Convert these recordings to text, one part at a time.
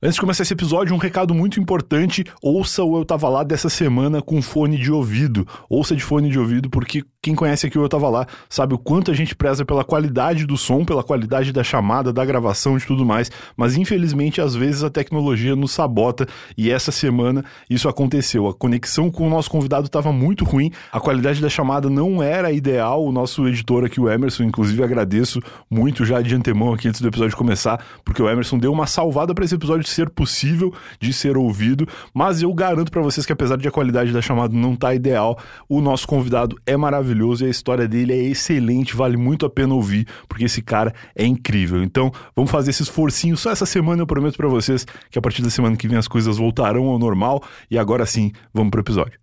Antes de começar esse episódio, um recado muito importante: ouça o Eu Tava Lá dessa semana com fone de ouvido. Ouça de fone de ouvido, porque quem conhece aqui o Eu Tava Lá sabe o quanto a gente preza pela qualidade do som, pela qualidade da chamada, da gravação e de tudo mais, mas infelizmente às vezes a tecnologia nos sabota e essa semana isso aconteceu. A conexão com o nosso convidado estava muito ruim, a qualidade da chamada não era ideal. O nosso editor aqui, o Emerson, inclusive agradeço muito já de antemão aqui antes do episódio começar, porque o Emerson deu uma salvada para esse episódio ser possível de ser ouvido, mas eu garanto pra vocês que apesar de a qualidade da chamada não tá ideal, o nosso convidado é maravilhoso e a história dele é excelente, vale muito a pena ouvir, porque esse cara é incrível. Então, vamos fazer esse esforcinho só essa semana, eu prometo pra vocês que a partir da semana que vem as coisas voltarão ao normal e agora sim, vamos pro episódio.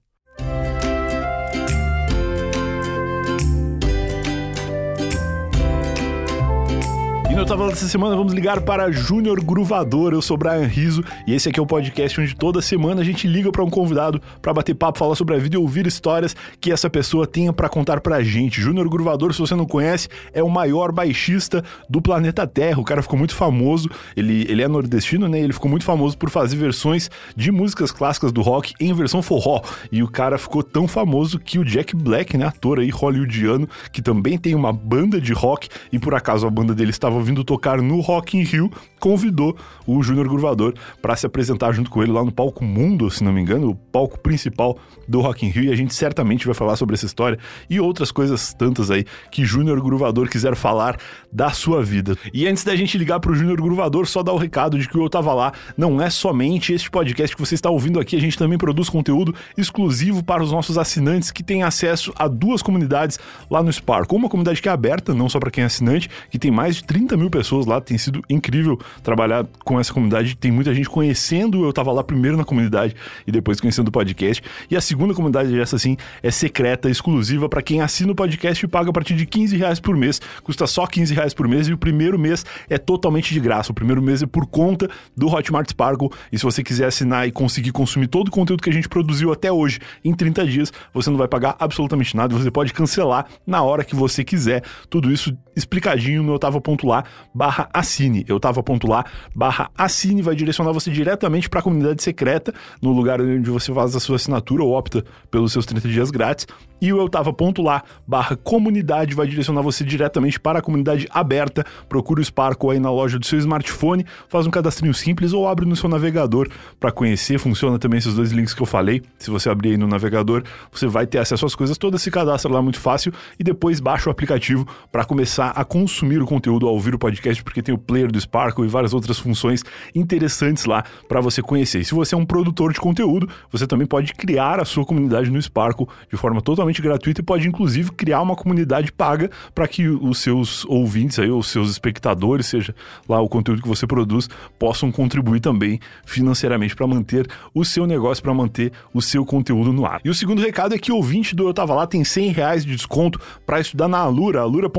E no Eu Tava Lá dessa semana vamos ligar para Júnior Gruvador. Eu sou Brian Rizzo e esse aqui é o podcast onde toda semana a gente liga para um convidado para bater papo, falar sobre a vida e ouvir histórias que essa pessoa tenha para contar pra gente. Júnior Gruvador, se você não conhece, é o maior baixista do planeta Terra. O cara ficou muito famoso, ele é nordestino, né? Ele ficou muito famoso por fazer versões de músicas clássicas do rock em versão forró. E o cara ficou tão famoso que o Jack Black, né, ator aí hollywoodiano, que também tem uma banda de rock e por acaso a banda dele estava vindo tocar no Rock in Rio, convidou o Júnior Gruvador para se apresentar junto com ele lá no palco Mundo, se não me engano, o palco principal do Rock in Rio, e a gente certamente vai falar sobre essa história e outras coisas tantas aí que Júnior Gruvador quiser falar da sua vida. E antes da gente ligar pro Júnior Gruvador, só dar o recado de que o Eu Tava Lá não é somente este podcast que você está ouvindo aqui, a gente também produz conteúdo exclusivo para os nossos assinantes que têm acesso a duas comunidades lá no Spark. Uma comunidade que é aberta, não só para quem é assinante, que tem mais de 30 mil pessoas lá, tem sido incrível trabalhar com essa comunidade, tem muita gente conhecendo Eu Tava Lá primeiro na comunidade e depois conhecendo o podcast. E a segunda comunidade, essa sim, é secreta, exclusiva para quem assina o podcast e paga a partir de R$15 por mês, custa só R$15 por mês e o primeiro mês é totalmente de graça. O primeiro mês é por conta do Hotmart Sparkle e se você quiser assinar e conseguir consumir todo o conteúdo que a gente produziu até hoje em 30 dias, você não vai pagar absolutamente nada, você pode cancelar na hora que você quiser. Tudo isso explicadinho no eutava.lá/assine. eutava.lá/assine vai direcionar você diretamente para a comunidade secreta, no lugar onde você faz a sua assinatura ou opta pelos seus 30 dias grátis. E o eutava.lá/comunidade vai direcionar você diretamente para a comunidade aberta. Procura o Sparkle aí na loja do seu smartphone, faz um cadastrinho simples ou abre no seu navegador para conhecer. Funciona também esses dois links que eu falei. Se você abrir aí no navegador, você vai ter acesso às coisas todas, se cadastra lá muito fácil e depois baixa o aplicativo para começar a consumir o conteúdo, a ouvir o podcast, porque tem o player do Sparkle e várias outras funções interessantes lá para você conhecer. E se você é um produtor de conteúdo, você também pode criar a sua comunidade no Sparkle de forma totalmente gratuita e pode inclusive criar uma comunidade paga para que os seus ouvintes aí, os seus espectadores, seja lá o conteúdo que você produz, possam contribuir também financeiramente para manter o seu negócio, para manter o seu conteúdo no ar. E o segundo recado é que o ouvinte do Eu Tava Lá tem R$100 de desconto para estudar na Alura,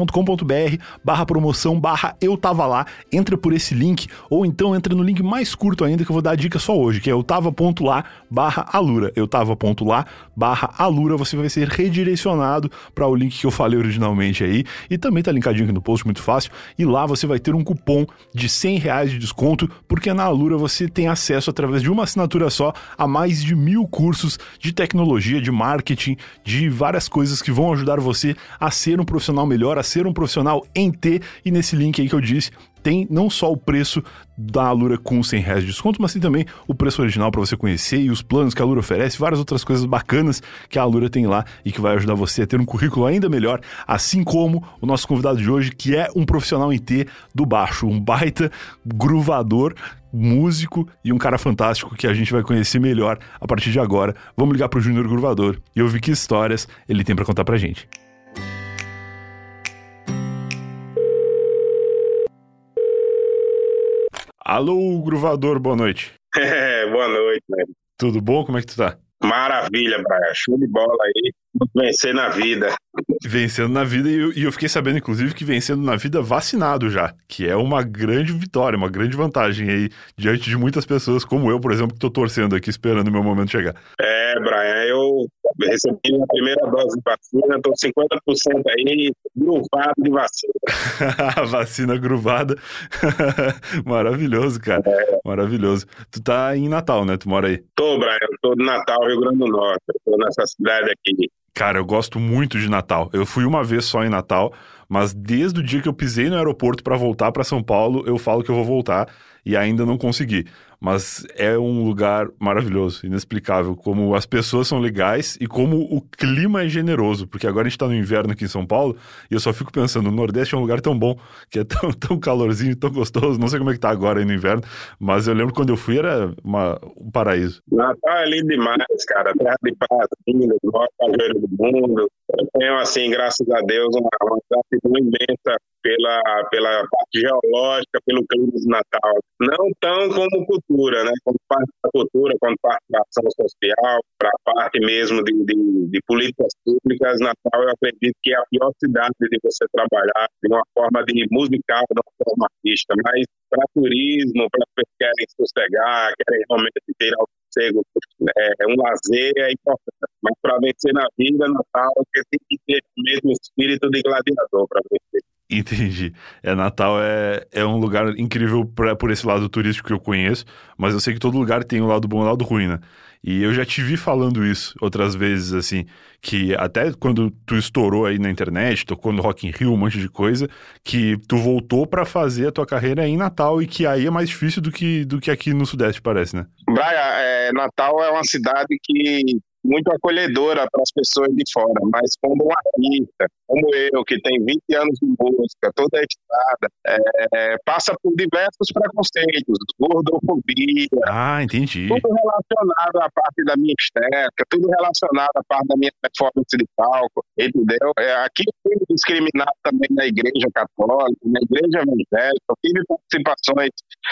alura.com.br/promoção/Eu Tava Lá. Entra por esse link ou então entra no link mais curto ainda que eu vou dar a dica só hoje, que é eutava.lá/alura. eutava.lá/alura. Você vai ser redirecionado para o link que eu falei originalmente aí e também tá linkadinho aqui no post, muito fácil. E lá você vai ter um cupom de R$100 de desconto, porque na Alura você tem acesso através de uma assinatura só a mais de 1000 cursos de tecnologia, de marketing, de várias coisas que vão ajudar você a ser um profissional melhor, a ser um profissional em T. E nesse link aí que eu disse, tem não só o preço da Alura com R$100 de desconto, mas tem também o preço original para você conhecer e os planos que a Alura oferece, várias outras coisas bacanas que a Alura tem lá e que vai ajudar você a ter um currículo ainda melhor, assim como o nosso convidado de hoje, que é um profissional em T do baixo, um baita gruvador, músico e um cara fantástico que a gente vai conhecer melhor a partir de agora. Vamos ligar pro Júnior Gruvador e ouvir que histórias ele tem para contar pra gente. Alô, Gruvador, boa noite. Boa noite, velho. Tudo bom? Como é que tu tá? Maravilha, Brian. Show de bola aí. Vencer na vida. Vencendo na vida, e eu fiquei sabendo, inclusive, que vencendo na vida vacinado já, que é uma grande vitória, uma grande vantagem aí, diante de muitas pessoas, como eu, por exemplo, que tô torcendo aqui, esperando o meu momento chegar. Brian, eu recebi a primeira dose de vacina, tô 50% aí, gruvado de vacina. Vacina gruvada. Maravilhoso, cara. Maravilhoso. Tu tá em Natal, né? Tu mora aí? Tô, Brian, tô de Natal, Rio Grande do Norte, tô nessa cidade aqui. Cara, eu gosto muito de Natal. Eu fui uma vez só em Natal, mas desde o dia que eu pisei no aeroporto pra voltar pra São Paulo, eu falo que eu vou voltar e ainda não consegui. Mas é um lugar maravilhoso, inexplicável, como as pessoas são legais e como o clima é generoso, porque agora a gente tá no inverno aqui em São Paulo e eu só fico pensando, o Nordeste é um lugar tão bom, que é tão calorzinho, tão gostoso, não sei como é que tá agora aí no inverno, mas eu lembro quando eu fui era um paraíso. Natal é lindo demais, cara, terra de paz, linda, o maior cajueiro do mundo. Eu tenho, assim, graças a Deus, uma gratidão imensa pela parte geológica, pelo clima de Natal. Não tão como cultura, né? Como parte da cultura, como parte da ação social, para a parte mesmo de políticas públicas, Natal eu acredito que é a pior cidade de você trabalhar de uma forma de musical, de uma forma artística, mas para turismo, para pessoas que querem sossegar, querem realmente ter algo sossego, um lazer é importante. Mas para vencer na vida, Natal, você tem que ter o mesmo espírito de gladiador para vencer. Entendi. Natal é um lugar incrível por esse lado turístico que eu conheço, mas eu sei que todo lugar tem o lado bom e o lado ruim, né? E eu já te vi falando isso outras vezes, assim, que até quando tu estourou aí na internet, tocou no Rock in Rio, um monte de coisa, que tu voltou pra fazer a tua carreira em Natal e que aí é mais difícil do que aqui no Sudeste, parece, né? Brian, Natal é uma cidade que muito acolhedora para as pessoas de fora, mas quando um artista, como eu, que tem 20 anos de música, toda a estrada, passa por diversos preconceitos, gordofobia, entendi. Tudo relacionado à parte da minha estética, tudo relacionado à parte da minha performance de palco, entendeu? Aqui eu fui discriminado também na igreja católica, na igreja evangélica, eu tive participações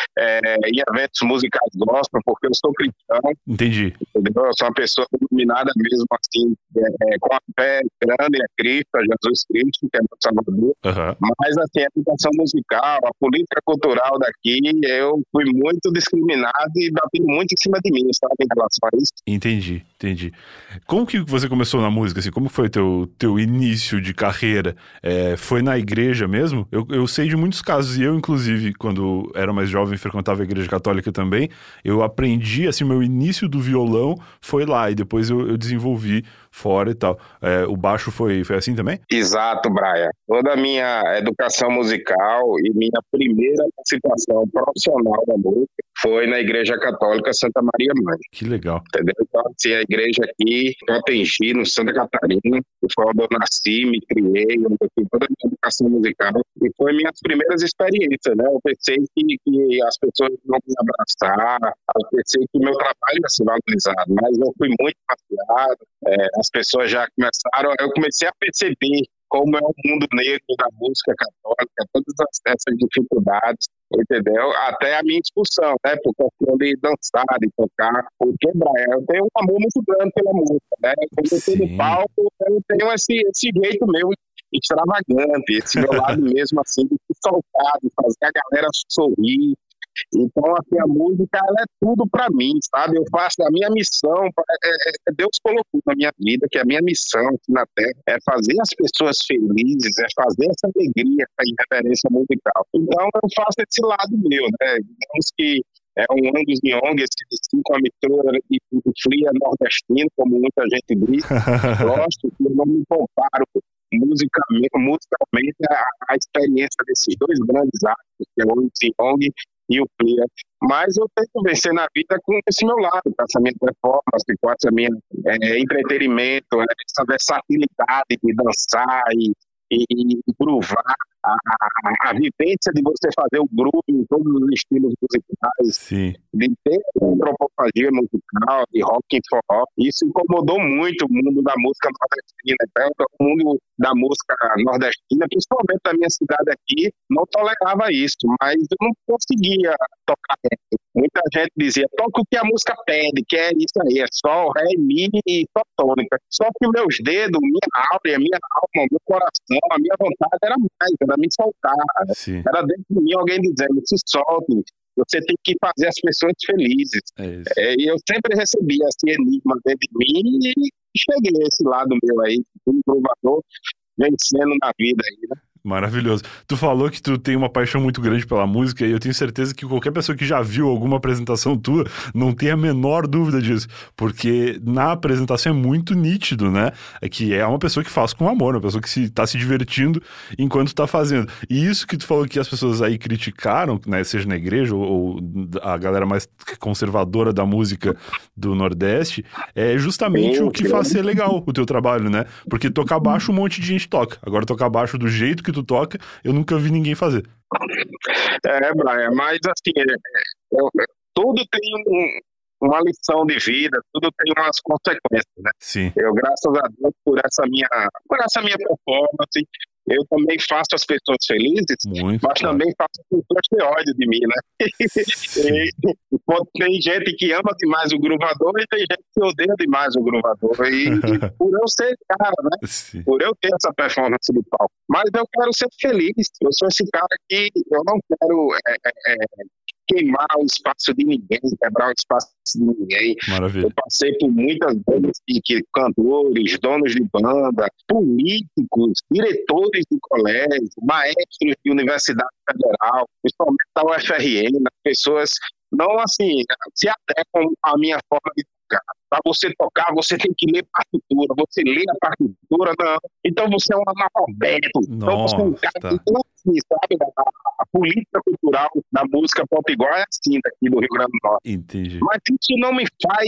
em eventos musicais gospel, porque eu sou cristão. Entendi. Entendeu? Eu sou uma pessoa iluminada mesmo assim, com a fé grande a Cristo, a Jesus Cristo, que é meu Salvador. Mas assim, a educação musical, a política cultural daqui, eu fui muito discriminado e bati muito em cima de mim, sabe, em relação a isso. Entendi. Como que você começou na música, assim? Como foi teu início de carreira? Foi na igreja mesmo? Eu sei de muitos casos, e eu, inclusive, quando era mais jovem, frequentava a igreja católica também, eu aprendi, assim, meu início do violão foi lá, e depois eu desenvolvi fora e tal. O baixo foi assim também? Exato, Brian. Toda a minha educação musical e minha primeira participação profissional da música foi na Igreja Católica Santa Maria Mãe. Que legal. Entendeu? Então, assim, a igreja aqui, em Potengi, no Santa Catarina, que foi onde eu nasci, me criei, onde eu fiz toda a minha educação musical, e foi minhas primeiras experiências, né? Eu pensei que as pessoas iam me abraçar, eu pensei que o meu trabalho ia ser valorizado, mas eu fui muito passeado, as pessoas já começaram, eu comecei a perceber como é o mundo negro da música católica, todas essas dificuldades, entendeu? Até a minha expulsão, né? Por questão de dançar, de tocar. Porque, Brian, eu tenho um amor muito grande pela música, né? Quando eu estou no palco, eu tenho esse jeito meu extravagante, esse meu lado mesmo, assim, de se soltar, de fazer a galera sorrir. Então, assim, a música, ela é tudo para mim, sabe? Eu faço a minha missão, Deus colocou na minha vida que a minha missão aqui na Terra é fazer as pessoas felizes, é fazer essa alegria, essa irreverência musical. Então, eu faço esse lado meu, né? Digamos que é um Angus Young, esse com a mistura de fria nordestino, como muita gente diz. Gosto, eu não me comparo musicalmente a experiência desses dois grandes artistas, que é o Angus Young e o Fria. Mas eu tento vencer na vida com esse meu lado, com essa minha performance, com essa minha entretenimento, essa versatilidade de dançar e groovar, a vivência de você fazer o grupo em todos os estilos musicais, Sim. de ter antropofagia musical, de rock e forró. Isso incomodou muito o mundo da música nordestina. Então, o mundo da música nordestina, principalmente da minha cidade aqui, não tolerava isso, mas eu não conseguia tocar reto. Muita gente dizia, toca o que a música pede, que é isso aí, é sol, ré, mi e sol tônica. Só que meus dedos, minha áurea, minha alma, meu coração, a minha vontade era mais, era me soltar. Sim. Era dentro de mim alguém dizendo, se solte, você tem que fazer as pessoas felizes. E eu sempre recebi esse enigma dentro de mim e cheguei a esse lado meu aí, um provador, vencendo na vida aí, né? Maravilhoso. Tu falou que tu tem uma paixão muito grande pela música e eu tenho certeza que qualquer pessoa que já viu alguma apresentação tua não tem a menor dúvida disso, porque na apresentação é muito nítido, né? É que é uma pessoa que faz com amor, uma pessoa que tá se divertindo enquanto tá fazendo. E isso que tu falou que as pessoas aí criticaram, né, seja na igreja ou a galera mais conservadora da música do Nordeste, é justamente o que faz ser legal o teu trabalho, né? Porque tocar baixo um monte de gente toca. Agora tocar baixo do jeito que tu toca, eu nunca vi ninguém fazer. Brian, mas assim, tudo tem uma lição de vida, tudo tem umas consequências, né? Sim. Eu, graças a Deus, por essa minha performance, eu também faço as pessoas felizes, muito, mas claro. também faço as pessoas ter ódio de mim, né? Tem gente que ama demais o gruvador e tem gente que odeia demais o gruvador. E por eu ser cara, né? Sim. Por eu ter essa performance de palco. Mas eu quero ser feliz. Eu sou esse cara que eu não quero queimar o espaço de ninguém, quebrar o espaço de ninguém. Maravilha. Eu passei por muitas vezes que cantores, donos de banda, políticos, diretores de colégio, maestros de universidade federal, principalmente da UFRN, as pessoas não assim se adequam à minha forma de tocar. Para você tocar, você tem que ler partitura. Você lê a partitura, não. Então você é um analfabeto. Então você é um cara que não sabe, a política cultural da música potiguar é assim daqui do Rio Grande do Norte. Entendi. Mas isso não me faz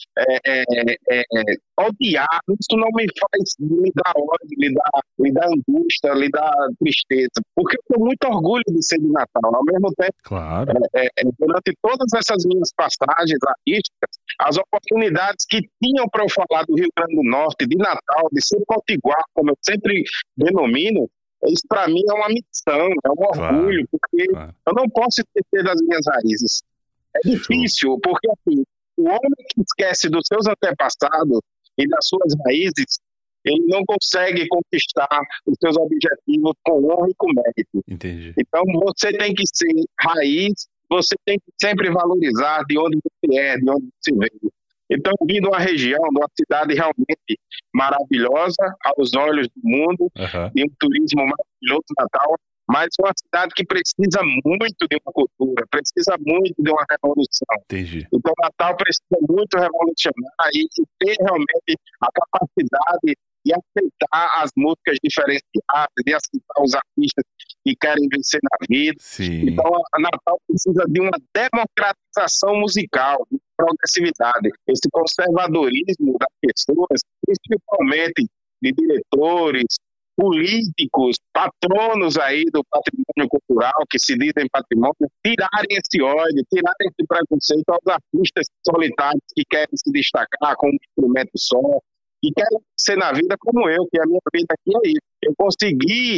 odiar, isso não me faz me dar ódio, me dar angústia, me dar tristeza. Porque eu tenho muito orgulho de ser de Natal. Ao mesmo tempo, claro. Durante todas essas minhas passagens artísticas, as oportunidades que tinham para eu falar do Rio Grande do Norte, de Natal, de ser potiguar, como eu sempre denomino, isso para mim é uma missão, é um orgulho, porque eu não posso esquecer das minhas raízes. É difícil, porque assim, o homem que esquece dos seus antepassados e das suas raízes, ele não consegue conquistar os seus objetivos com honra e com mérito. Entendi. Então você tem que ser raiz, você tem que sempre valorizar de onde você é, de onde você veio. Então, vim de uma região, de uma cidade realmente maravilhosa aos olhos do mundo, de um turismo maravilhoso, Natal, mas uma cidade que precisa muito de uma cultura, precisa muito de uma revolução. Entendi. Então, Natal precisa muito revolucionar e ter realmente a capacidade de aceitar as músicas diferenciadas, de aceitar os artistas que querem vencer na vida. Sim. Então, a Natal precisa de uma democratização musical, de progressividade. Esse conservadorismo das pessoas, principalmente de diretores, políticos, patronos aí do patrimônio cultural, que se dizem patrimônio, tirarem esse ódio, tirarem esse preconceito aos artistas solitários que querem se destacar com um instrumento só, e quero ser na vida como eu, que a minha vida aqui é isso. Eu consegui,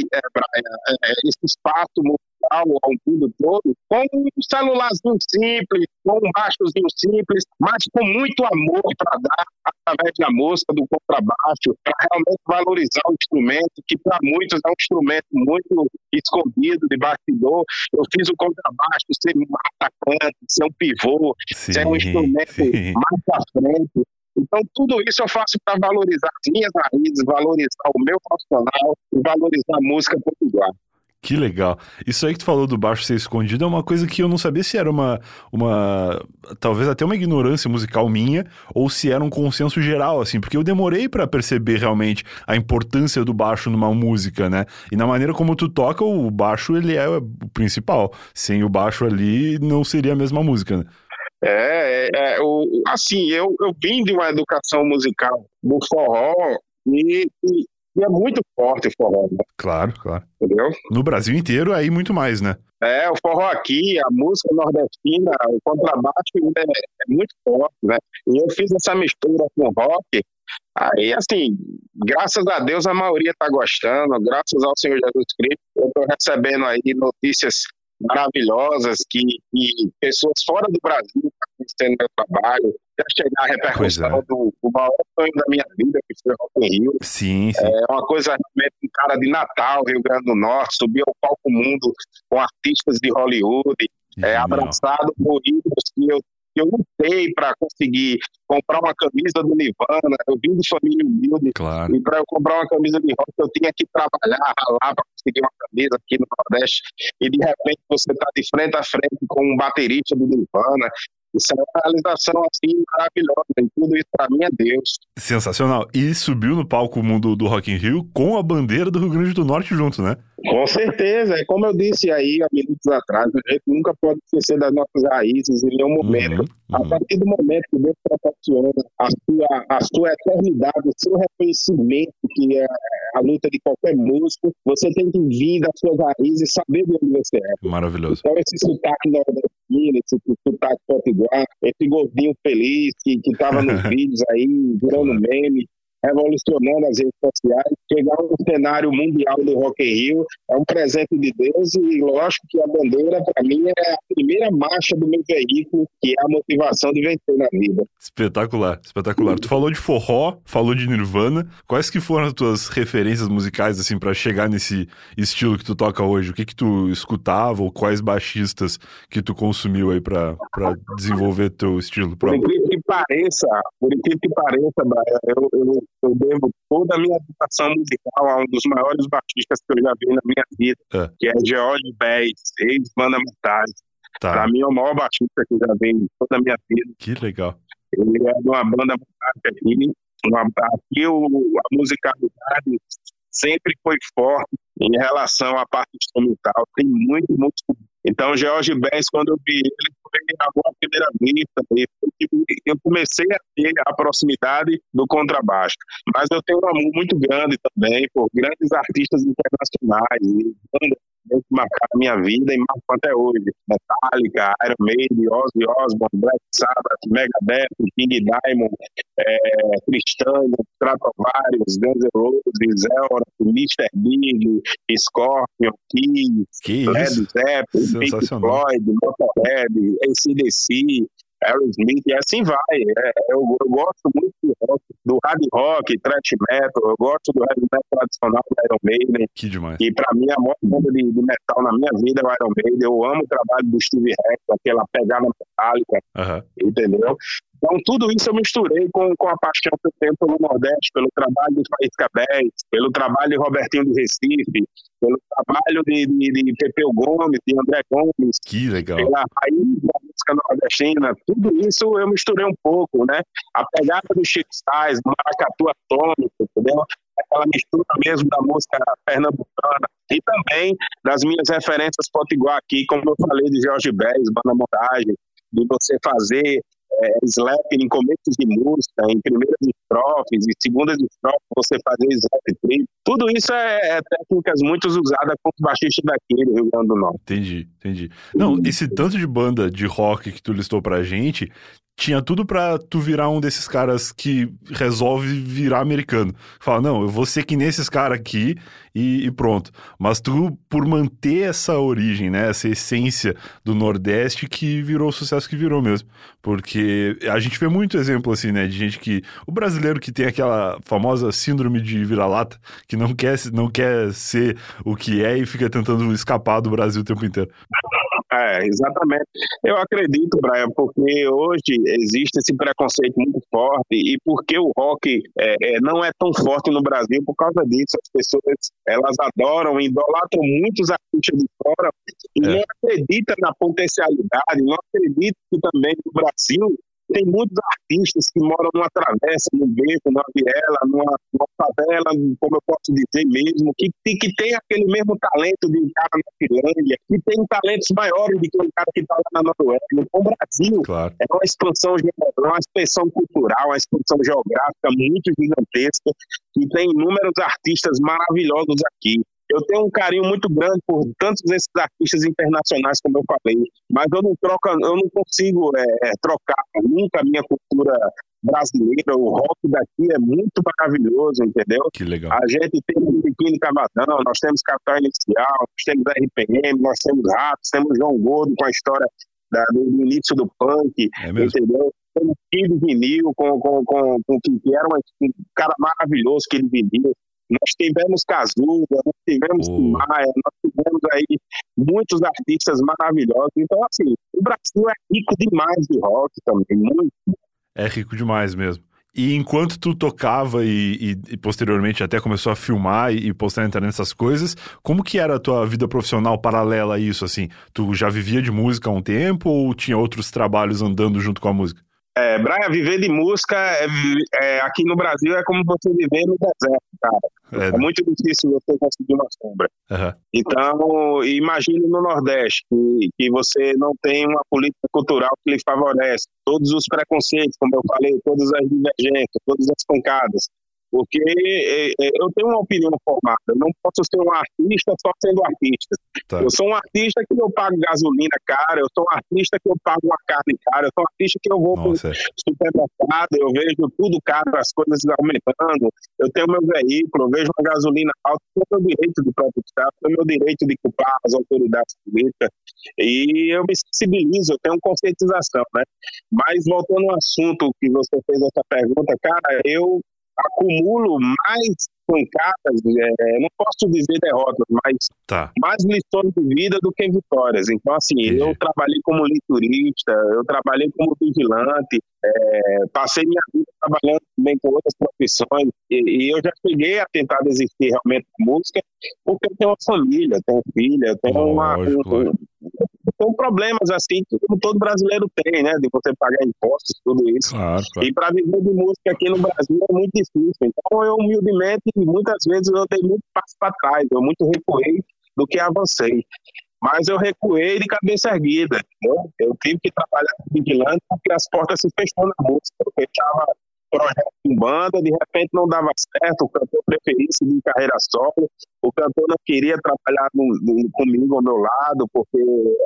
esse espaço musical ao mundo todo, com um celularzinho simples, com um baixozinho simples, mas com muito amor para dar, através da música, do contrabaixo, para realmente valorizar o instrumento, que para muitos é um instrumento muito escondido, de bastidor. Eu fiz o contrabaixo ser um atacante, ser um pivô, ser um instrumento mais para frente. Então, tudo isso eu faço para valorizar as minhas raízes, valorizar o meu profissional e valorizar a música potiguar. Que legal. Isso aí que tu falou do baixo ser escondido é uma coisa que eu não sabia se era uma talvez até uma ignorância musical minha, ou se era um consenso geral, assim, porque eu demorei pra perceber realmente a importância do baixo numa música, né? E na maneira como tu toca, o baixo, ele é o principal. Sem o baixo ali, não seria a mesma música, né? Assim, eu vim de uma educação musical do forró e aqui é muito forte o forró, né? Claro, claro. Entendeu? No Brasil inteiro, aí muito mais, né? O forró aqui, a música nordestina, o contrabaixo é muito forte, né? E eu fiz essa mistura com rock. Aí, assim, graças a Deus a maioria está gostando, graças ao Senhor Jesus Cristo, eu estou recebendo aí notícias maravilhosas que pessoas fora do Brasil estão conhecendo meu trabalho, até chegar a repercussão do maior sonho da minha vida, que foi o Rock in Rio. Sim, sim. É uma coisa realmente um cara de Natal, Rio Grande do Norte, subir ao palco mundo com artistas de Hollywood, abraçado por ídolos que eu lutei para conseguir comprar uma camisa do Nirvana. Eu vim de família humilde, claro. E para eu comprar uma camisa de rock eu tinha que trabalhar, ralar para conseguir uma camisa aqui no Nordeste, e de repente você está de frente a frente com um baterista do Nirvana. Isso é uma realização assim maravilhosa, e tudo isso para mim é Deus. Sensacional. E subiu no palco mundo do Rock in Rio com a bandeira do Rio Grande do Norte junto, né? Com certeza, como eu disse aí há minutos atrás, a gente nunca pode esquecer das nossas raízes em nenhum momento. A partir do momento que Deus proporciona a sua eternidade, o seu reconhecimento, que é a luta de qualquer músico, você tem que vir das suas raízes e saber de onde você é. Maravilhoso. Então esse sotaque nordestino, esse sotaque potiguar, esse gordinho feliz que estava nos vídeos aí, virando meme, revolucionando as redes sociais, chegar a um cenário mundial do Rock in Rio é um presente de Deus, e lógico que a bandeira para mim é a primeira marcha do meu veículo, que é a motivação de vencer na vida. Espetacular, espetacular. Tu falou de forró, falou de Nirvana. Quais que foram as tuas referências musicais assim para chegar nesse estilo que tu toca hoje? O que tu escutava ou quais baixistas que tu consumiu aí para desenvolver teu estilo próprio? Por incrível que pareça, Brian, eu devo toda a minha educação musical a um dos maiores baixistas que eu já vi na minha vida, que é George Bass, ex-banda Metallica. Para mim é o maior baixista que eu já vi em toda a minha vida. Que legal. Ele é de uma banda Metallica aqui. Aqui a musicalidade sempre foi forte em relação à parte instrumental. Tem muito músico. Então, George Bass, quando eu vi ele, foi a primeira vista. Eu comecei a ter a proximidade do contrabaixo. Mas eu tenho um amor muito grande também por grandes artistas internacionais, bandas que marcaram a minha vida e marcam até hoje. Metallica, Iron Maiden, Ozzy Osbourne, Black Sabbath, Megadeth, King Diamond, Tristania, Stratovarius, Guns N' Roses, Elra, Mr. Big, Scorpion, Kiss, Led Zeppelin, Pink Floyd, Motorhead, AC/DC, Aerosmith, e assim vai. Eu gosto muito do hard rock, thrash metal, eu gosto do heavy metal tradicional do Iron Maiden. Que demais. E pra mim a maior banda de metal na minha vida é o Iron Maiden. Eu amo o trabalho do Steve Rex, aquela pegada metálica, entendeu? Então tudo isso eu misturei com a paixão que eu tenho pelo Nordeste, pelo trabalho de Faísca 10, pelo trabalho de Robertinho do Recife, pelo trabalho de Pepeu Gomes, de André Gomes. Que legal. Pela raiz da música nordestina, tudo isso eu misturei um pouco, né? A pegada do Chico Sainz, do maracatu atômico, entendeu? Aquela mistura mesmo da música pernambucana, e também das minhas referências potiguar aqui, como eu falei de Jorge Bass, banda montagem, de você fazer slap em começos de música, em primeiras estrofes e segundas estrofes, você fazer slap trip. Tudo isso é técnicas muito usadas com os baixistas daqui do Rio Grande do Norte. Entendi. Não, esse tanto de banda de rock que tu listou pra gente, tinha tudo pra tu virar um desses caras que resolve virar americano. Fala, não, eu vou ser que nem esses caras aqui e pronto. Mas tu, por manter essa origem, né, essa essência do Nordeste, que virou o sucesso que virou mesmo. Porque a gente vê muito exemplo, assim, né, de gente que... O brasileiro que tem aquela famosa síndrome de vira-lata, que não quer ser o que é e fica tentando escapar do Brasil o tempo inteiro. Exatamente. Eu acredito, Brian, porque hoje existe esse preconceito muito forte, e porque o rock não é tão forte no Brasil por causa disso. As pessoas, elas adoram, idolatram muitos artistas de fora e não acreditam na potencialidade, não acreditam que também no Brasil tem muitos artistas que moram numa travessa, num beco, numa viela, numa favela, como eu posso dizer mesmo, que tem aquele mesmo talento de um cara na Finlândia, que tem talentos maiores do que um cara que está lá na Noruega. Então, o Brasil é uma expansão cultural, uma expansão geográfica muito gigantesca, que tem inúmeros artistas maravilhosos aqui. Eu tenho um carinho muito grande por tantos desses artistas internacionais, como eu falei, mas eu não consigo trocar nunca a minha cultura brasileira. O rock daqui é muito maravilhoso, entendeu? Que legal. A gente tem o Biquíni Cavadão, nós temos Capital Inicial, nós temos RPM, nós temos Ratos, temos João Gordo com a história do início do punk, entendeu? Temos Kid Vinil, que era um cara maravilhoso, Kid Vinil. Nós tivemos Cazuza, nós tivemos Maia, nós tivemos aí muitos artistas maravilhosos. Então, assim, o Brasil é rico demais de rock também, muito. É rico demais mesmo. E enquanto tu tocava e posteriormente até começou a filmar e postar na internet essas coisas, como que era a tua vida profissional paralela a isso, assim? Tu já vivia de música há um tempo ou tinha outros trabalhos andando junto com a música? Brian, viver de música aqui no Brasil é como você viver no deserto, cara. É muito difícil você conseguir uma sombra. Uhum. Então, imagine no Nordeste, que você não tem uma política cultural que lhe favorece. Todos os preconceitos, como eu falei, todas as divergências, todas as pancadas. Porque eu tenho uma opinião formada. Eu não posso ser um artista só sendo artista. Tá. Eu sou um artista que eu pago gasolina cara, eu sou um artista que eu pago uma carne cara, eu sou um artista que eu vou para o supermercado, eu vejo tudo caro, as coisas aumentando, eu tenho meu veículo, eu vejo uma gasolina alta, eu tenho meu direito de protestar, eu tenho meu direito de culpar as autoridades políticas, e eu me sensibilizo, eu tenho conscientização, né? Mas voltando ao assunto que você fez essa pergunta, cara, eu acumulo mais pancadas, não posso dizer derrotas, mas mais lições de vida do que vitórias. Então, assim, eu trabalhei como liturista, eu trabalhei como vigilante, passei minha vida trabalhando também com outras profissões, e eu já cheguei a tentar desistir realmente da música, porque eu tenho uma família, tenho filha, tenho tem problemas assim que todo brasileiro tem, né? De você pagar impostos, tudo isso. Claro. E para viver de música aqui no Brasil é muito difícil. Então eu humildemente, muitas vezes eu dei muito passo para trás, eu muito recuei do que avancei. Mas eu recuei de cabeça erguida. Eu tive que trabalhar vigilante porque as portas se fecharam na música. Eu fechava projeto com banda, de repente não dava certo, o cantor preferia seguir carreira solo, o cantor não queria trabalhar comigo ao meu lado, porque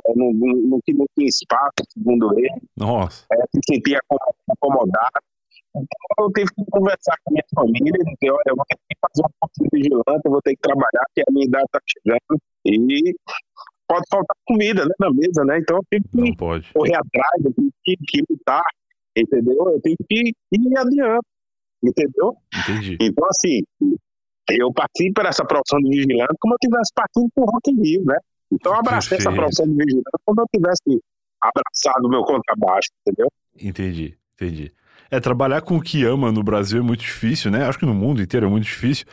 não tinha espaço, segundo ele. Nossa. Se sentia acomodado. Então eu tive que conversar com a minha família e dizer, olha, eu vou ter que fazer um pouco de vigilante, eu vou ter que trabalhar, porque a minha idade está chegando e pode faltar comida, né, na mesa, né? Então eu tenho que correr atrás, eu tenho que lutar, entendeu? Eu tenho que ir adiante, entendeu? Entendi. Então, assim, eu parti para essa profissão de vigilante como eu estivesse partindo para o Rock in Rio, né? Então eu abracei essa profissão de vigilante como eu tivesse abraçado o meu contrabaixo, entendeu? Entendi. Trabalhar com o que ama no Brasil é muito difícil, né? Acho que no mundo inteiro é muito difícil.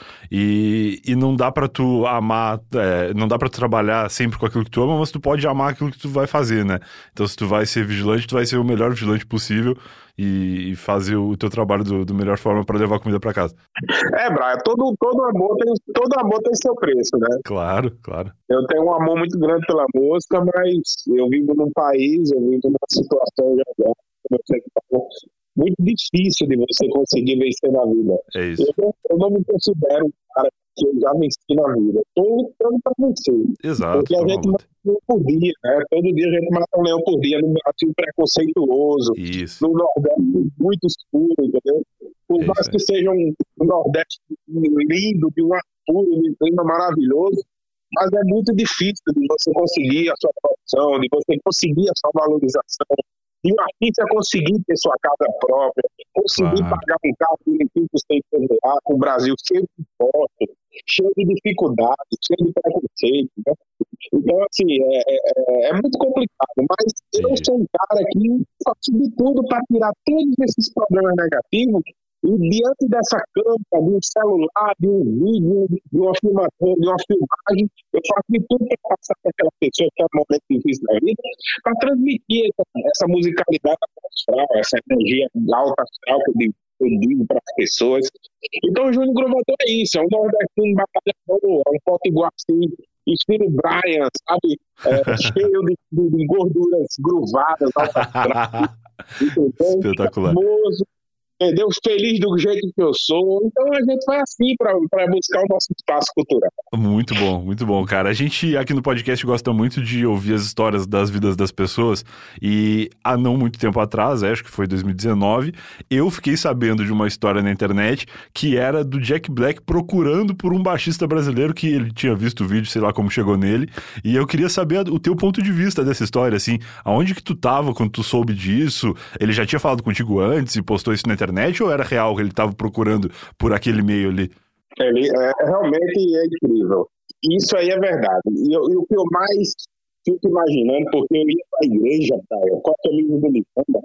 E não dá pra tu amar, não dá pra tu trabalhar sempre com aquilo que tu ama, mas tu pode amar aquilo que tu vai fazer, né? Então se tu vai ser vigilante, tu vai ser o melhor vigilante possível e fazer o teu trabalho da melhor forma pra levar a comida pra casa. Brian, todo amor tem seu preço, né? Claro. Eu tenho um amor muito grande pela música, mas eu vivo num país, eu vivo numa situação muito difícil de você conseguir vencer na vida. É isso. Eu não me considero um cara que eu já venci na vida. Estou lutando para vencer. Exato. Porque a gente mata um leão por dia, né? Todo dia a gente mata um leão por dia, num Brasil preconceituoso, num Nordeste muito escuro, entendeu? Por mais que seja um Nordeste lindo, de um ar puro, de um clima maravilhoso, mas é muito difícil de você conseguir a sua produção, de você conseguir a sua valorização, e o artista conseguir ter sua casa própria, conseguir pagar um carro direitinho sem PVA, com o Brasil cheio de impostos, cheio de dificuldades, cheio de preconceito, né? Então, assim, é muito complicado, mas eu sou um cara que faço de tudo para tirar todos esses problemas negativos E diante dessa câmera, de um celular, de um vídeo, de uma filmação, de uma filmagem, eu faço de tudo para passar para aquela pessoa que é um momento difícil da vida, para transmitir essa musicalidade astral, essa energia alta astral que eu digo para as pessoas. Então o Júnior Gruvador é isso, é um nordestino batalhador, é um potiguar assim, estilo Brian, sabe? Cheio de gorduras gruvadas, alta astral. Espetacular. Famoso, entendeu? Feliz do jeito que eu sou. Então a gente vai assim para buscar o nosso espaço cultural. Muito bom, cara. A gente aqui no podcast gosta muito de ouvir as histórias das vidas das pessoas e há não muito tempo atrás, acho que foi 2019, eu fiquei sabendo de uma história na internet que era do Jack Black procurando por um baixista brasileiro que ele tinha visto o vídeo, sei lá como chegou nele, e eu queria saber o teu ponto de vista dessa história, assim, aonde que tu tava quando tu soube disso? Ele já tinha falado contigo antes e postou isso na internet ou era real que ele tava procurando por aquele meio ali? Ele realmente é incrível. Isso aí é verdade. E o que eu mais fico imaginando, porque eu ia para a igreja, eu corto amigo do Licanda,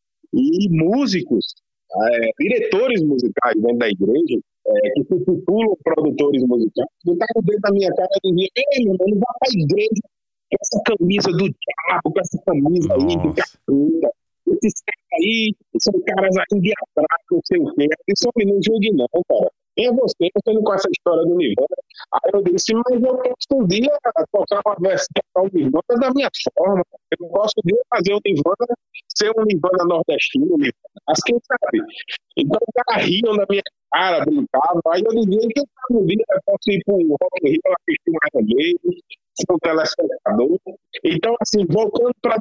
e músicos, diretores musicais dentro da igreja, que se titulam produtores musicais, botaram dentro da minha cara e diziam: ei, meu irmão, não vai para a igreja com essa camisa do diabo, com essa camisa aí de capeta. Esses caras aí são caras aí de atrás, não sei o quê. Isso não julgue não, cara. Quem é você não conhece a história do Nirvana? Aí eu disse, mas eu posso um dia tocar uma versão do Nirvana da minha forma. Eu posso um dia fazer o Nirvana, ser um Nirvana nordestino, mas quem sabe? Então o cara riam na minha cara, brincavam. Aí eu dizia que um dia eu posso ir pro Rock in Rio, assistir um Iron Maiden, ser um telespectador. Então, assim, voltando para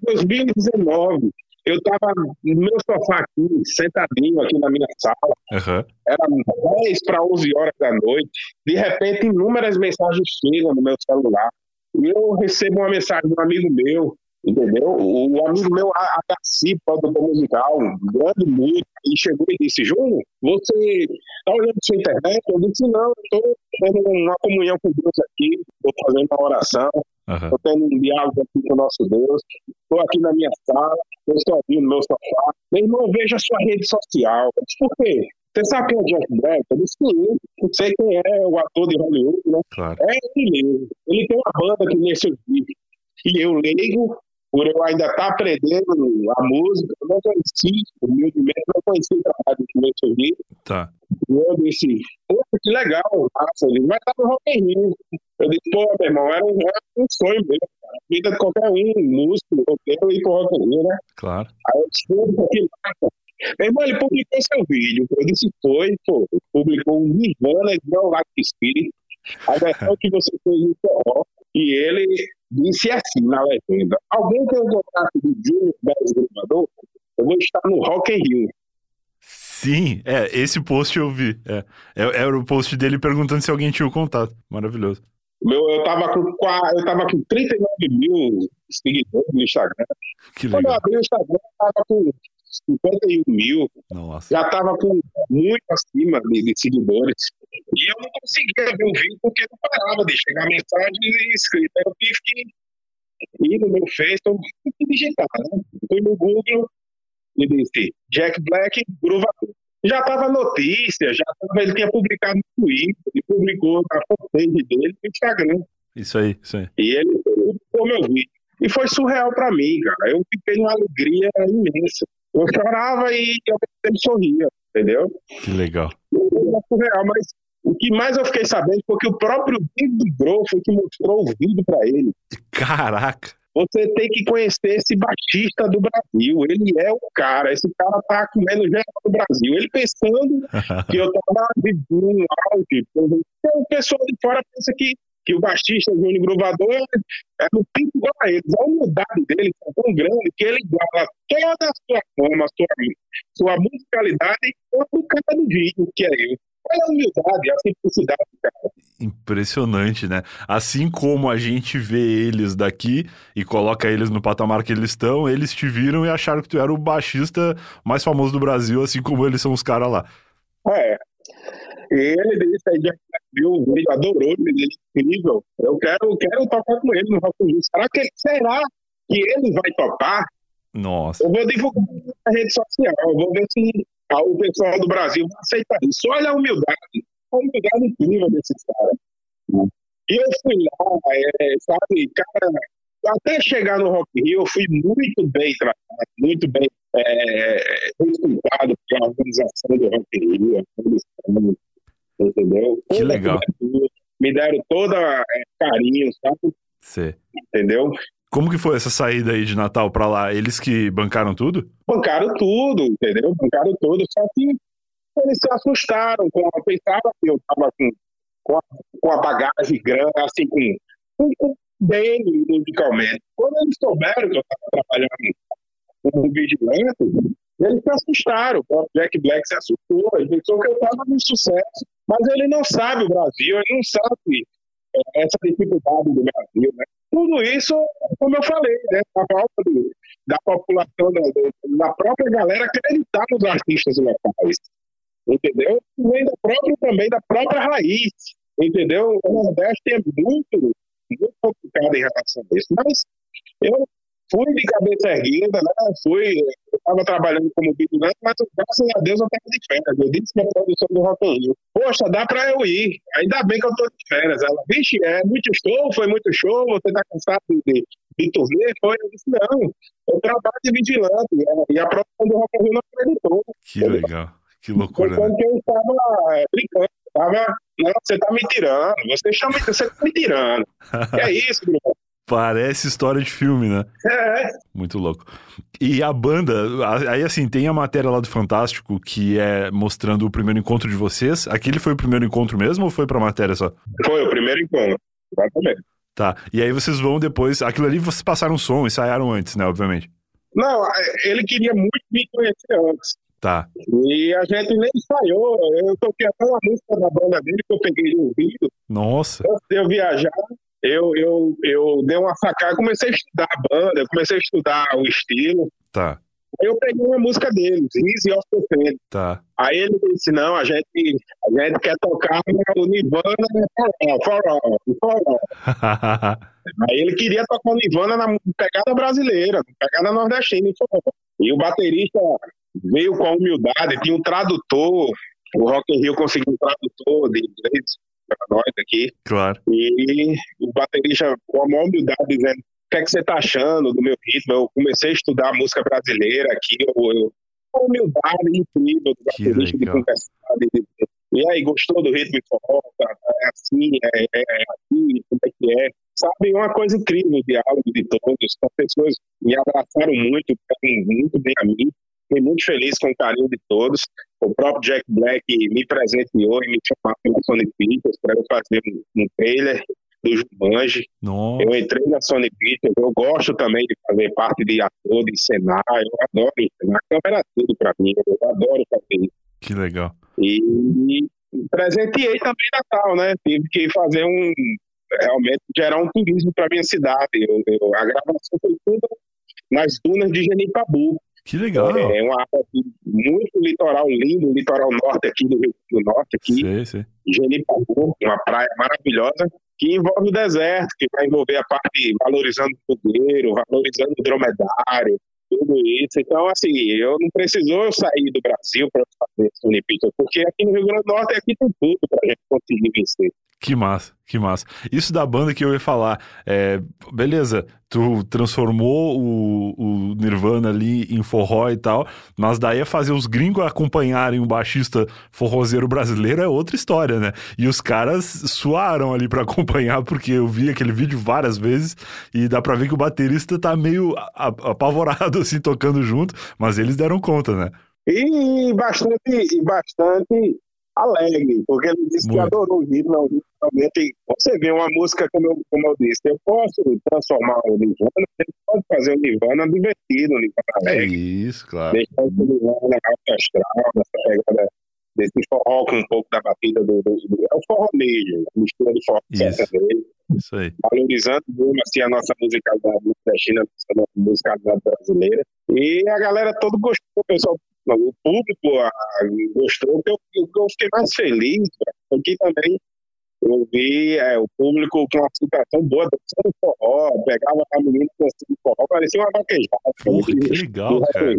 2019, eu estava no meu sofá aqui, sentadinho aqui na minha sala. Uhum. Era 10 para 11 horas da noite. De repente, inúmeras mensagens chegam no meu celular. E eu recebo uma mensagem de um amigo meu, entendeu? O amigo meu, Agaci, produtor musical, um grande músico, e chegou e disse: Júnior, você está olhando sua internet? Eu disse: não, eu estou tendo uma comunhão com Deus aqui, estou fazendo uma oração. Estou tendo um diálogo aqui com o nosso Deus. Estou aqui na minha sala, estou sozinho no meu sofá. Meu irmão, veja a sua rede social. Eu disse: por quê? Você sabe quem é o Jack Black? Eu disse: sim, não sei quem é, o ator de Hollywood, né? Claro. É ele mesmo. Ele tem uma banda que nesse vídeo. E eu leigo, por eu ainda estar aprendendo a música, eu não conheci, humildemente, não conheci o trabalho que nesse vídeo. Tá. E eu disse: pô, que legal, nossa, ele vai estar no Rock in Rio. Eu disse: pô, meu irmão, era um sonho mesmo, cara. A vida de qualquer músico, eu quero ir pro Rock in Rio, né? Claro. Aí eu disse: pô, que massa. Meu irmão, ele publicou seu vídeo. Eu disse: foi, pô, publicou um Nirvana de All Like Spirit, a versão que você fez no forró, e ele disse assim na legenda: alguém tem o contato do Júnior Gruvador? Eu vou estar no Rock in Rio. Sim, esse post eu vi. Era o post dele perguntando se alguém tinha o contato. Maravilhoso. Eu tava com 39 mil seguidores no Instagram. Que legal. Quando eu abri o Instagram, eu tava com 51 mil. Nossa. Já tava com muito acima de seguidores. E eu não conseguia ver o vídeo porque não parava de chegar mensagem e escrita. Eu tive que ir no meu Face, eu tive que digitar, né? Fui no Google e disse: Jack Black Gruvador. Já estava notícia, ele tinha publicado no Twitter, ele publicou na fanpage dele no Instagram. Isso aí. E ele publicou meu vídeo. E foi surreal para mim, cara. Eu fiquei numa alegria imensa. Eu chorava e eu sempre sorria, entendeu? Que legal. Foi surreal, mas o que mais eu fiquei sabendo foi que o próprio David Grohl foi que mostrou o vídeo para ele. Caraca! Você tem que conhecer esse baixista do Brasil. Ele é o cara. Esse cara tá comendo geral do Brasil. Ele pensando que eu tava vivendo um auge. O pessoal de fora pensa que o baixista Júnior Gruvador é no pico igual a eles. A humildade dele é tão grande que ele iguala toda a sua forma, sua musicalidade com o cara do vídeo, que é eu. Olha a humildade, a simplicidade do cara. Impressionante, né? Assim como a gente vê eles daqui e coloca eles no patamar que eles estão, eles te viram e acharam que tu era o baixista mais famoso do Brasil, assim como eles são os caras lá. Ele disse aí, já viu o vídeo, adorou, ele disse: incrível, eu quero tocar com ele no Rock in Rio. Será que ele vai topar? Nossa. Eu vou divulgar na rede social, eu vou ver se o pessoal do Brasil vai aceitar isso. Olha a humildade incrível desses caras. Né? E eu fui lá, sabe, cara, até chegar no Rock in Rio, eu fui muito bem tratado, muito bem respeitado pela organização do Rock in Rio, entendeu? Que legal. Me deram toda carinho, sabe? Sim. Entendeu? Como que foi essa saída aí de Natal pra lá? Eles que bancaram tudo? Bancaram tudo, entendeu? Bancaram tudo, só que eles se assustaram, pensavam que eu estava com a bagagem grande, assim, com bem musicalmente. Quando eles souberam que eu estava trabalhando como vigilante, eles se assustaram. O Jack Black se assustou, ele pensou que eu estava no sucesso. Mas ele não sabe o Brasil, ele não sabe essa dificuldade do Brasil, né? Tudo isso, como eu falei, né? A falta da população, da própria galera acreditar nos artistas locais, entendeu? Vem também da própria raiz, entendeu? O Nordeste é muito complicado em relação a isso, mas eu fui de cabeça erguida, né? Eu estava trabalhando como vigilante, mas graças a Deus eu estava de férias. Eu disse que a produção do Rock in Rio, poxa, dá para eu ir. Ainda bem que eu estou de férias. Ela, vixe, foi muito show, você está cansado de turnê? Foi? Eu disse, não, eu trabalho de vigilante. E a produção do Rock in Rio não acreditou. Que legal, que loucura, né? Eu estava brincando, não, você está me tirando, você está me tirando. É isso, Bruno. Parece história de filme, né? É. Muito louco. E a banda, aí assim, tem a matéria lá do Fantástico que é mostrando o primeiro encontro de vocês. Aquele foi o primeiro encontro mesmo ou foi pra matéria só? Foi o primeiro encontro, exatamente. Tá, e aí vocês vão depois, aquilo ali vocês passaram som, ensaiaram antes, né, obviamente. Não, ele queria muito me conhecer antes. Tá. E a gente nem ensaiou, eu toquei até uma música da banda dele que eu peguei no ouvido. Nossa. Antes de eu viajar, eu dei uma sacada, comecei a estudar a banda, comecei a estudar o estilo. Tá. Aí eu peguei uma música deles, Easy Off the Fence. Tá. Aí ele disse, não, a gente quer tocar o Nirvana For All. Aí ele queria tocar o Nirvana na pegada brasileira, na pegada nordestina. E o baterista veio com a humildade, tinha um tradutor, o Rock in Rio conseguiu um tradutor de inglês para nós aqui. Claro. E o baterista com a maior humildade dizendo, o que é que você está achando do meu ritmo? Eu comecei a estudar música brasileira aqui, uma humildade incrível do baterista de conversar. E aí, gostou do ritmo de forró? É assim, aqui, como é que é? Sabe, uma coisa incrível, o diálogo de todos. As pessoas me abraçaram muito bem a mim. Fiquei muito feliz com o carinho de todos. O próprio Jack Black me presenteou e me chamou pela Sony Pictures para eu fazer um trailer do Jumanji. Nossa. Eu entrei na Sony Pictures, eu gosto também de fazer parte de ator, de cenário, eu adoro encenar, a câmera é tudo para mim, eu adoro fazer isso. Que legal. E presenteei também Natal, né? Tive que fazer realmente gerar um turismo para minha cidade. A gravação foi toda nas dunas de Genipabu. Que legal. É uma área muito litoral lindo, litoral norte aqui do Rio do Norte, aqui. Sim. Genipabu, uma praia maravilhosa, que envolve o deserto, que vai envolver a parte valorizando o fogueiro, valorizando o dromedário, tudo isso. Então, assim, eu não precisou sair do Brasil para fazer esse Unipita, porque aqui no Rio Grande do Norte aqui tem tudo para a gente conseguir vencer. Que massa, que massa. Isso da banda que eu ia falar, beleza, tu transformou o Nirvana ali em forró e tal, mas daí a fazer os gringos acompanharem um baixista forrozeiro brasileiro é outra história, né? E os caras suaram ali pra acompanhar, porque eu vi aquele vídeo várias vezes e dá pra ver que o baterista tá meio apavorado assim, tocando junto, mas eles deram conta, né? E bastante alegre, porque ele disse que adorou o ritmo, realmente. Você vê uma música, como eu disse, eu posso transformar o Nirvana, ele pode fazer o Nirvana divertido, o Nirvana alegre. Isso, claro. Deixar o Nirvana alto astral, nessa pegada desse forró com um pouco da batida é o forró mesmo, a mistura do forró sertanejo. Isso aí. Valorizando assim, a nossa musicalidade nordestina, a nossa musicalidade brasileira. E a galera toda gostou, o pessoal, o público gostou. Eu fiquei mais feliz, porque também eu vi o público com uma situação boa, dançando forró, pegava a menina dançando forró, parecia uma vaquejada. Porra, que legal, cara.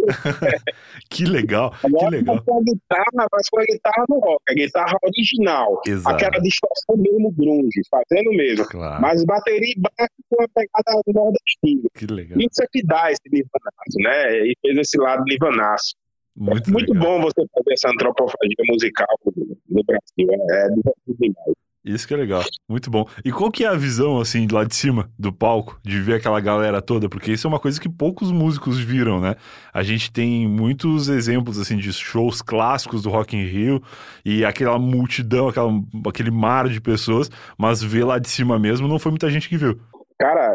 Que legal, que legal. Mas foi a guitarra no rock, a guitarra original. Exato. Aquela distorção mesmo grunge, fazendo mesmo. Claro. Mas bateria e baixo com a pegada nordestina. Que legal. Isso é que dá esse livanaço, né? E fez esse lado livanaço. Muito bom você fazer essa antropofagia musical no Brasil. É divertido demais. Isso que é legal, muito bom. E qual que é a visão, assim, lá de cima do palco, de ver aquela galera toda? Porque isso é uma coisa que poucos músicos viram, né? A gente tem muitos exemplos, assim, de shows clássicos do Rock in Rio e aquela multidão, aquele mar de pessoas, mas ver lá de cima mesmo não foi muita gente que viu. Cara,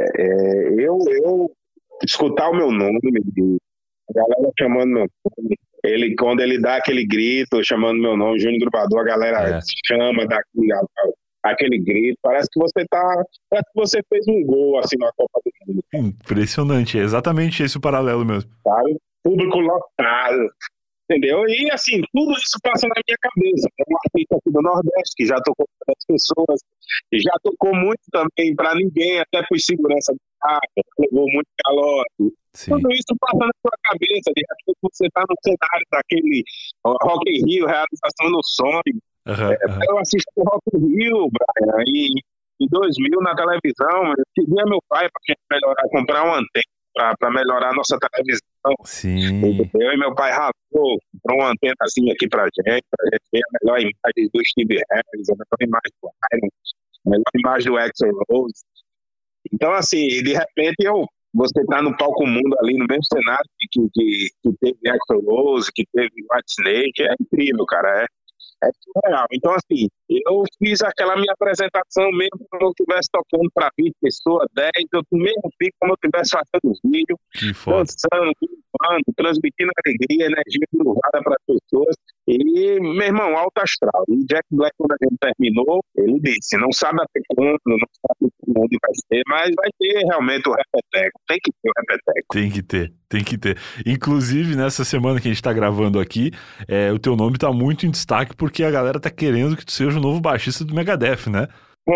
eu escutar o meu nome, a galera chamando meu nome, quando ele dá aquele grito chamando meu nome, Júnior Gruvador, a galera chama, dá aquele grito, parece que você fez um gol assim na Copa do Mundo. Impressionante, é exatamente esse o paralelo mesmo. Sabe? Público lotado, entendeu? E assim, tudo isso passa na minha cabeça. É um artista aqui do Nordeste que já tocou para as pessoas, e já tocou muito também para ninguém, até por segurança do carro, levou muito calote. Sim. Tudo isso passa na sua cabeça, de repente você está no cenário daquele Rock in Rio, realização no sonho. Eu assisti o Rock in Rio, Brian, em 2000 na televisão, eu pedia meu pai para a gente comprar uma antena para melhorar a nossa televisão. Sim. Eu e meu pai comprou uma antenazinha aqui pra gente ver a melhor imagem do Steve Harris, a melhor imagem do Iron, a melhor imagem do Axl Rose. Então, assim, de repente você tá no palco mundo ali, no mesmo cenário que teve Axl Rose, que teve Whitesnake, é incrível, cara, é surreal. Então, assim, eu fiz aquela minha apresentação mesmo como eu estivesse tocando para 20 pessoas, 10, eu mesmo fico como eu estivesse fazendo vídeo, dançando, transmitindo alegria, energia elevada para as pessoas. E, meu irmão, alto astral. E Jack Black, quando a gente terminou, ele disse, não sabe até quando, não sabe onde vai ser, mas vai ter realmente o repeteco. Tem que ter o repeteco. Tem que ter. Inclusive, nessa semana que a gente tá gravando aqui, o teu nome tá muito em destaque porque a galera tá querendo que tu seja o novo baixista do Megadeth, né?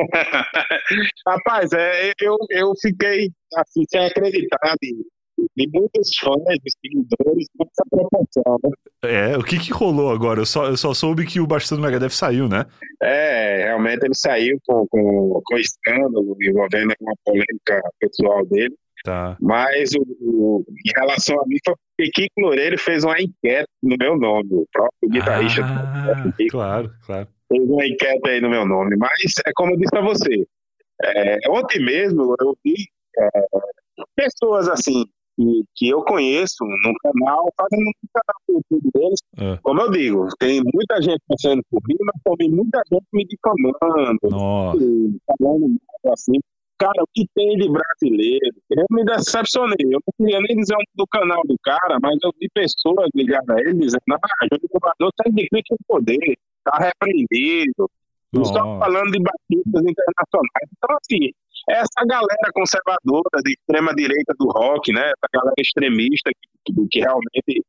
Rapaz, eu fiquei assim, sem acreditar de muitos fãs, de seguidores, nessa proporção, né? O que rolou agora? Eu só soube que o baixista do Megadeth saiu, né? Realmente ele saiu com escândalo envolvendo uma polêmica pessoal dele. Tá. Mas em relação a mim, foi porque Kiko Loureiro fez uma enquete no meu nome, o próprio guitarrista. Claro. Fez uma enquete aí no meu nome, mas é como eu disse pra você, ontem mesmo eu vi pessoas assim que eu conheço no canal, fazendo um canal no YouTube deles, como eu digo, tem muita gente passando por mim, mas também muita gente me difamando, falando assim. Cara, o que tem de brasileiro? Eu me decepcionei. Eu não queria nem dizer do canal do cara, mas eu vi pessoas ligadas a ele dizendo: Júnior Gruvador sai de crítica de poder, tá repreendido. Estão falando de batistas internacionais. Então, assim, essa galera conservadora de extrema direita do rock, né? Essa galera extremista que realmente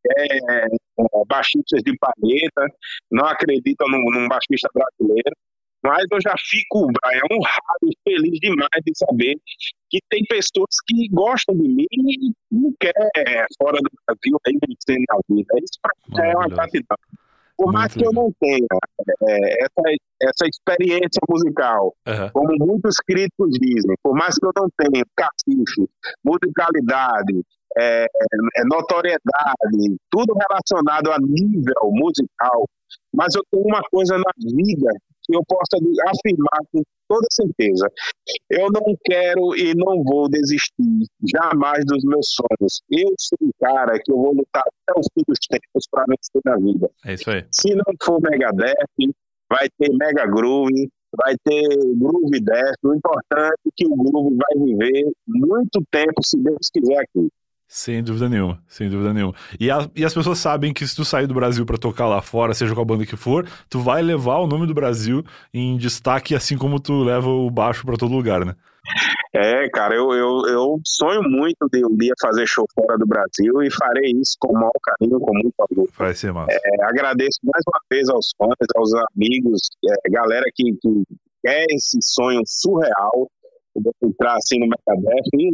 baixistas de planeta, não acreditam num baixista brasileiro. Mas eu já fico, Brian, honrado e feliz demais de saber que tem pessoas que gostam de mim e não querem fora do Brasil aí vencer na vida. Isso para mim é uma gratidão. Por mais que eu não tenha essa experiência musical, como muitos críticos dizem, por mais que eu não tenha cacife, musicalidade, notoriedade, tudo relacionado a nível musical, mas eu tenho uma coisa na vida que eu posso afirmar com toda certeza. Eu não quero e não vou desistir jamais dos meus sonhos. Eu sou um cara que eu vou lutar até o fim dos tempos para vencer na vida. É isso aí. Se não for Megadeth, vai ter Mega Groove, vai ter Groove Death. O importante é que o Groove vai viver muito tempo, se Deus quiser, aqui. Sem dúvida nenhuma. E as pessoas sabem que se tu sair do Brasil pra tocar lá fora, seja com a banda que for, tu vai levar o nome do Brasil em destaque, assim como tu leva o baixo pra todo lugar, né? Cara, eu sonho muito de um dia fazer show fora do Brasil e farei isso com o maior carinho, com muito orgulho. Vai ser massa. Agradeço mais uma vez aos fãs, aos amigos, galera que quer esse sonho surreal de entrar assim no Megadeth. E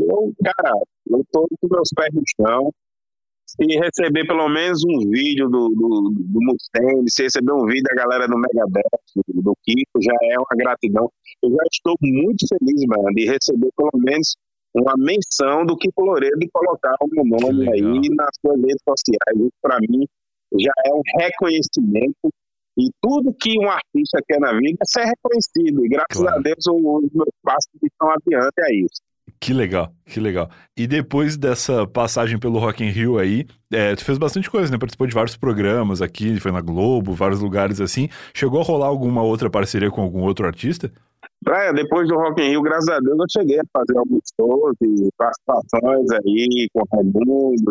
eu tô com meus pés no chão. Se receber pelo menos um vídeo do Mustaine, se receber um vídeo da galera do Megadeth, do Kiko, já é uma gratidão. Eu já estou muito feliz, mano, de receber pelo menos uma menção do Kiko Loureiro de colocar o meu nome aí nas suas redes sociais. Isso, para mim, já é um reconhecimento. E tudo que um artista quer na vida é ser reconhecido. E graças a Deus os meus passos estão adiante a isso. Que legal, que legal. E depois dessa passagem pelo Rock in Rio aí, tu fez bastante coisa, né? Participou de vários programas aqui, foi na Globo, vários lugares assim. Chegou a rolar alguma outra parceria com algum outro artista? Depois do Rock in Rio, graças a Deus, eu cheguei a fazer alguns shows e participações aí com o Raimundo.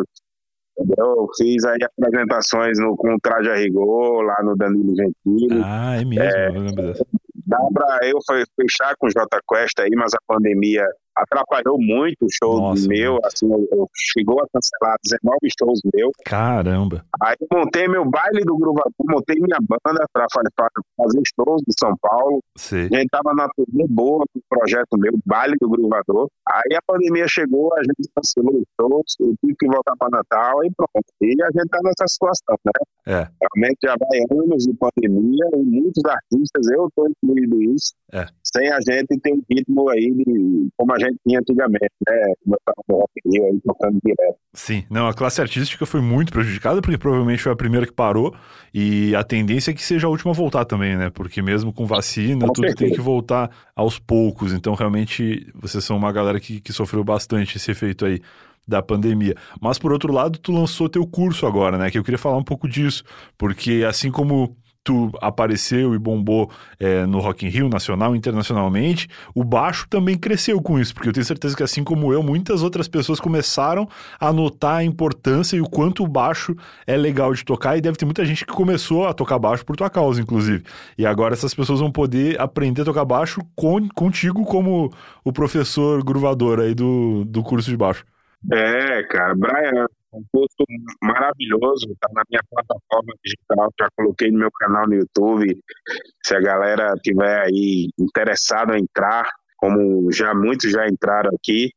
Eu fiz aí apresentações com o Traje a Rigor, lá no Danilo Gentili. Ah, é mesmo, eu lembro dessa. Dá pra eu fechar com o Jota Quest aí, mas a pandemia atrapalhou muito o show meu, assim, eu chegou a cancelar 19 shows meus. Caramba! Aí eu montei meu baile do Gruvador, montei minha banda pra fazer shows de São Paulo. Sim. A gente tava na turnê boa com o projeto meu, baile do Gruvador. Aí a pandemia chegou, a gente cancelou os shows, eu tive que voltar pra Natal e pronto. E a gente tá nessa situação, né? Realmente já vai anos de pandemia e muitos artistas, eu tô incluído isso, sem a gente ter um ritmo aí de como a gente tinha antigamente, né? Como eu tava no Rock in Rio aí, tocando direto. Sim, não, a classe artística foi muito prejudicada, porque provavelmente foi a primeira que parou, e a tendência é que seja a última a voltar também, né? Porque mesmo com vacina, tudo tem que voltar aos poucos. Então, realmente, vocês são uma galera que sofreu bastante esse efeito aí da pandemia. Mas, por outro lado, tu lançou teu curso agora, né? Que eu queria falar um pouco disso, porque assim como tu apareceu e bombou no Rock in Rio, nacional e internacionalmente, o baixo também cresceu com isso, porque eu tenho certeza que assim como eu, muitas outras pessoas começaram a notar a importância e o quanto o baixo é legal de tocar, e deve ter muita gente que começou a tocar baixo por tua causa, inclusive. E agora essas pessoas vão poder aprender a tocar baixo contigo como o professor gruvador aí do curso de baixo. Cara, Brian, um curso maravilhoso, tá na minha plataforma digital, já coloquei no meu canal no YouTube. Se a galera tiver aí interessado em entrar, como muitos já entraram aqui,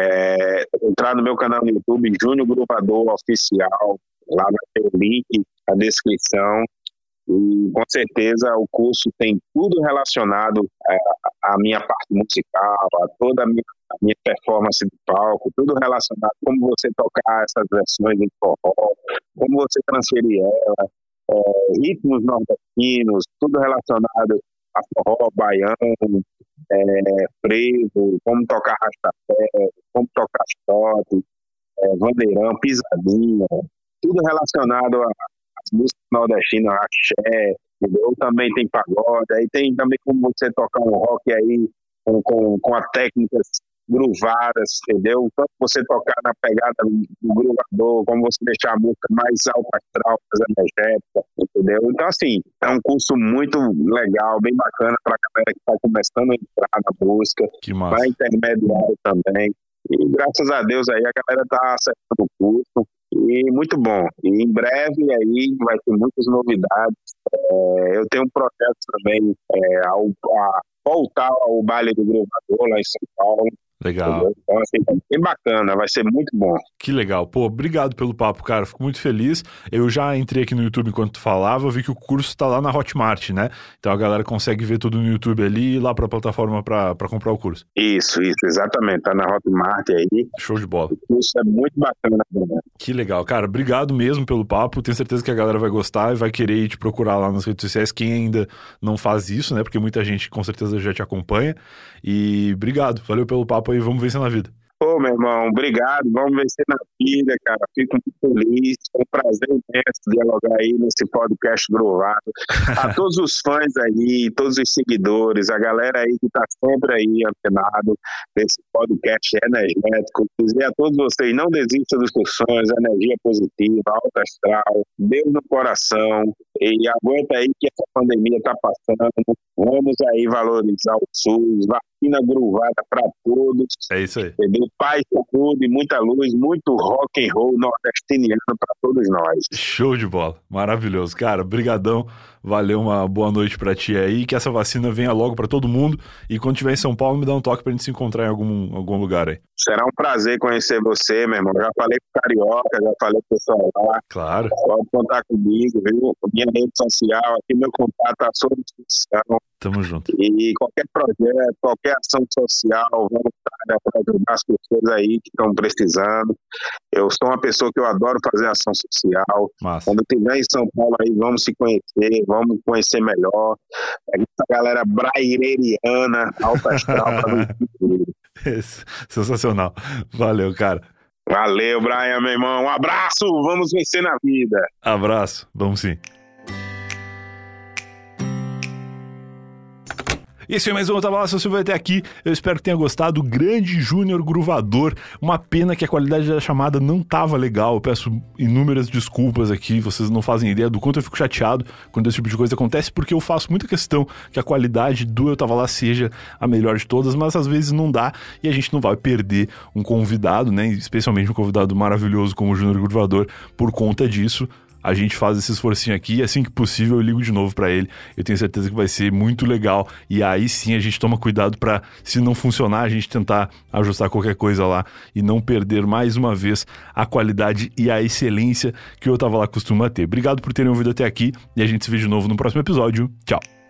entrar no meu canal no YouTube, Júnior Gruvador Oficial, lá vai ter o link, a descrição. E com certeza o curso tem tudo relacionado à minha parte musical, a toda a minha performance de palco, tudo relacionado a como você tocar essas versões de forró, como você transferir ela, ritmos nordestinos, tudo relacionado a forró, baiano, frevo, como tocar rastafé, como tocar shot, vandeirão, pisadinha, tudo relacionado as músicas nordestinas, axé, entendeu? Também tem pagode, aí tem também como você tocar um rock aí com as técnicas gruvadas, entendeu? Tanto você tocar na pegada do gruvador, como você deixar a música mais alta astral, mais energética, entendeu? Então, assim, é um curso muito legal, bem bacana para a galera que está começando a entrar na música, para intermediário também. E graças a Deus aí a galera está acertando o curso. E muito bom. E em breve aí vai ter muitas novidades. Eu tenho um projeto também a voltar ao baile do Gruvador lá em São Paulo. Legal. Então, assim, bem bacana, vai ser muito bom. Que legal. Pô, obrigado pelo papo, cara. Fico muito feliz. Eu já entrei aqui no YouTube enquanto tu falava, vi que o curso tá lá na Hotmart, né? Então a galera consegue ver tudo no YouTube ali e ir lá pra plataforma pra comprar o curso. Isso, exatamente. Tá na Hotmart aí. Show de bola. O curso é muito bacana, né? Que legal. Cara, obrigado mesmo pelo papo. Tenho certeza que a galera vai gostar e vai querer ir te procurar lá nas redes sociais. Quem ainda não faz isso, né? Porque muita gente com certeza já te acompanha. E obrigado. Valeu pelo papo aí. Vamos vencer na vida. Ô, meu irmão, obrigado. Vamos vencer na vida, cara. Fico muito feliz. É um prazer imenso dialogar aí nesse podcast Gruvado. A todos os fãs aí, todos os seguidores, a galera aí que tá sempre aí antenado nesse podcast energético. Dizer a todos vocês, não desistam dos seus sonhos, energia positiva, alta astral, Deus no coração. E aguenta aí que essa pandemia tá passando. Vamos aí valorizar o SUS, vacina gruvada para todos. É isso aí. Entendeu? Paz, saúde, muita luz, muito rock and roll nordestiniano para todos nós. Show de bola. Maravilhoso. Cara, brigadão. Valeu, uma boa noite pra ti aí. Que essa vacina venha logo pra todo mundo. E quando estiver em São Paulo, me dá um toque pra gente se encontrar em algum lugar aí. Será um prazer conhecer você, meu irmão. Já falei com o Carioca, já falei com o pessoal lá. Claro. Pode contar comigo, viu? Minha rede social, aqui meu contato à sua disposição. Tamo junto. E qualquer projeto, qualquer ação social, voluntária para ajudar as pessoas aí que estão precisando. Eu sou uma pessoa que eu adoro fazer ação social. Massa. Quando estiver em São Paulo aí, vamos se conhecer, vamos conhecer melhor. Essa galera braileiriana, alta astral para Sensacional. Valeu, cara. Valeu, Brian, meu irmão. Um abraço, vamos vencer na vida. Abraço, vamos sim. Esse foi mais um Eu Tava Lá, se você vai até aqui. Eu espero que tenha gostado. O grande Júnior Gruvador. Uma pena que a qualidade da chamada não tava legal. Eu peço inúmeras desculpas aqui. Vocês não fazem ideia do quanto eu fico chateado quando esse tipo de coisa acontece, porque eu faço muita questão que a qualidade do Eu Tava Lá seja a melhor de todas, mas às vezes não dá e a gente não vai perder um convidado, né? Especialmente um convidado maravilhoso como o Júnior Gruvador por conta disso. A gente faz esse esforcinho aqui e assim que possível eu ligo de novo pra ele. Eu tenho certeza que vai ser muito legal. E aí sim a gente toma cuidado pra, se não funcionar, a gente tentar ajustar qualquer coisa lá e não perder mais uma vez a qualidade e a excelência que o Eu Tava Lá costuma ter. Obrigado por terem ouvido até aqui e a gente se vê de novo no próximo episódio. Tchau!